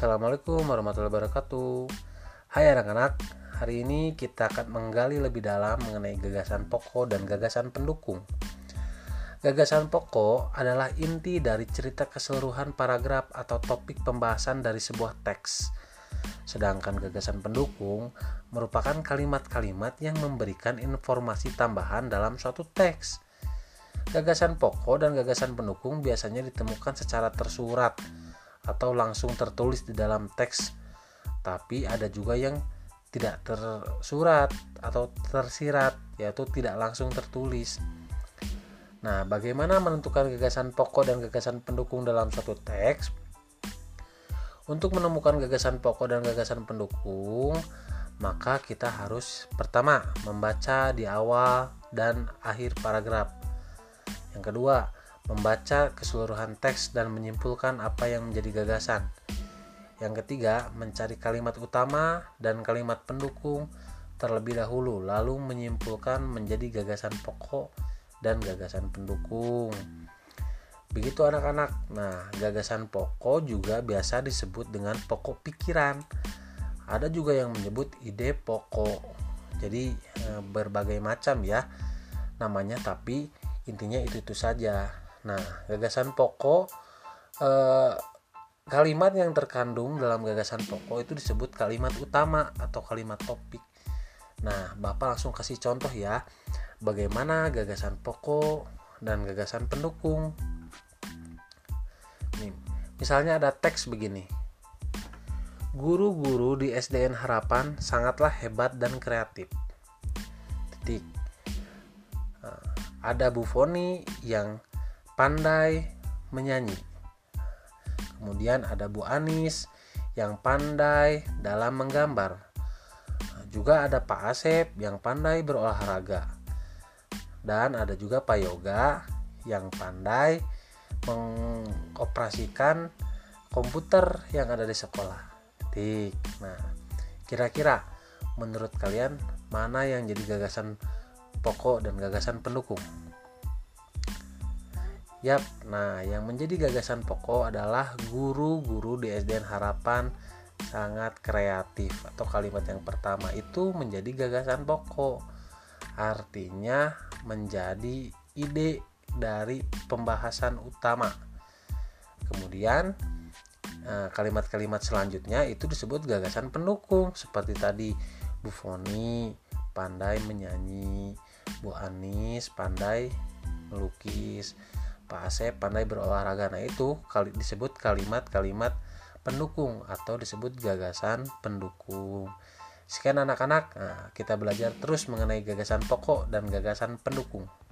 Assalamualaikum warahmatullahi wabarakatuh. Hai anak-anak, hari ini kita akan menggali lebih dalam mengenai gagasan pokok dan gagasan pendukung. Gagasan pokok adalah inti dari cerita keseluruhan paragraf atau topik pembahasan dari sebuah teks. Sedangkan gagasan pendukung merupakan kalimat-kalimat yang memberikan informasi tambahan dalam suatu teks. Gagasan pokok dan gagasan pendukung biasanya ditemukan secara tersurat atau langsung tertulis di dalam teks, tapi ada juga yang tidak tersurat atau tersirat, yaitu tidak langsung tertulis. Nah, bagaimana menentukan gagasan pokok dan gagasan pendukung dalam suatu teks? Untuk menemukan gagasan pokok dan gagasan pendukung, maka kita harus pertama membaca di awal dan akhir paragraf. Yang kedua, membaca keseluruhan teks dan menyimpulkan apa yang menjadi gagasan. Yang ketiga, mencari kalimat utama dan kalimat pendukung terlebih dahulu, lalu menyimpulkan menjadi gagasan pokok dan gagasan pendukung. Begitu anak-anak. Nah, gagasan pokok juga biasa disebut dengan pokok pikiran. Ada juga yang menyebut ide pokok. Jadi berbagai macam ya namanya, tapi intinya itu saja. Nah, gagasan pokok, kalimat yang terkandung dalam gagasan pokok itu disebut kalimat utama atau kalimat topik. Nah, Bapak langsung kasih contoh ya, bagaimana gagasan pokok dan gagasan pendukung. Nih, misalnya ada teks begini. Guru-guru di SDN Harapan sangatlah hebat dan kreatif. Titik. Ada Bu Foni yang pandai menyanyi. Kemudian ada Bu Anis yang pandai dalam menggambar. Juga ada Pak Asep yang pandai berolahraga. Dan ada juga Pak Yoga yang pandai mengoperasikan komputer yang ada di sekolah. Titik. Nah, kira-kira menurut kalian mana yang jadi gagasan pokok dan gagasan pendukung? Yap, nah yang menjadi gagasan pokok adalah guru-guru di SDN Harapan sangat kreatif, atau kalimat yang pertama itu menjadi gagasan pokok. Artinya menjadi ide dari pembahasan utama. Kemudian kalimat-kalimat selanjutnya itu disebut gagasan pendukung, seperti tadi Bu Foni pandai menyanyi, Bu Anis pandai melukis, Pak Asep pandai berolahraga. Nah, itu disebut kalimat-kalimat pendukung atau disebut gagasan pendukung. Sekian anak-anak, kita belajar terus mengenai gagasan pokok dan gagasan pendukung.